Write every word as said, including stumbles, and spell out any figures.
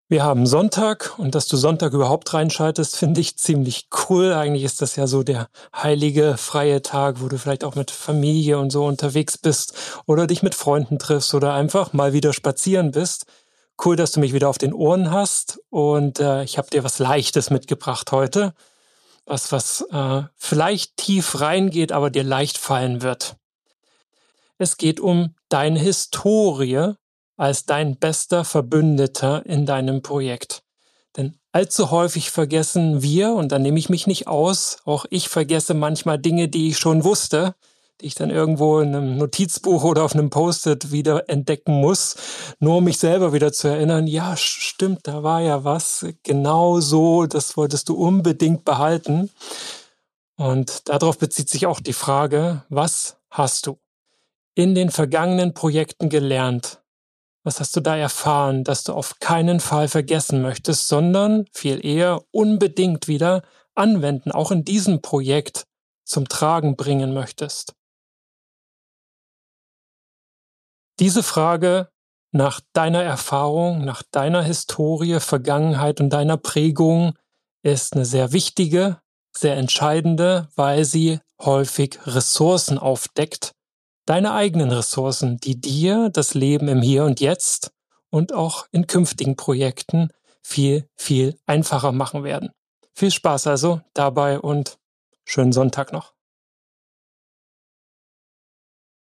Wir haben Sonntag und dass du Sonntag überhaupt reinschaltest, finde ich ziemlich cool. Eigentlich ist das ja so der heilige, freie Tag, wo du vielleicht auch mit Familie und so unterwegs bist oder dich mit Freunden triffst oder einfach mal wieder spazieren bist. Cool, dass du mich wieder auf den Ohren hast und äh, ich habe dir was Leichtes mitgebracht heute. Was, was äh, vielleicht tief reingeht, aber dir leicht fallen wird. Es geht um deine Historie als dein bester Verbündeter in deinem Projekt. Denn allzu häufig vergessen wir, und da nehme ich mich nicht aus, auch ich vergesse manchmal Dinge, die ich schon wusste, die ich dann irgendwo in einem Notizbuch oder auf einem Post-it wieder entdecken muss, nur um mich selber wieder zu erinnern, ja, stimmt, da war ja was, genau so, das wolltest du unbedingt behalten. Und darauf bezieht sich auch die Frage, was hast du in den vergangenen Projekten gelernt? Was hast du da erfahren, dass du auf keinen Fall vergessen möchtest, sondern viel eher unbedingt wieder anwenden, auch in diesem Projekt zum Tragen bringen möchtest? Diese Frage nach deiner Erfahrung, nach deiner Historie, Vergangenheit und deiner Prägung ist eine sehr wichtige, sehr entscheidende, weil sie häufig Ressourcen aufdeckt, deine eigenen Ressourcen, die dir das Leben im Hier und Jetzt und auch in künftigen Projekten viel, viel einfacher machen werden. Viel Spaß also dabei und schönen Sonntag noch.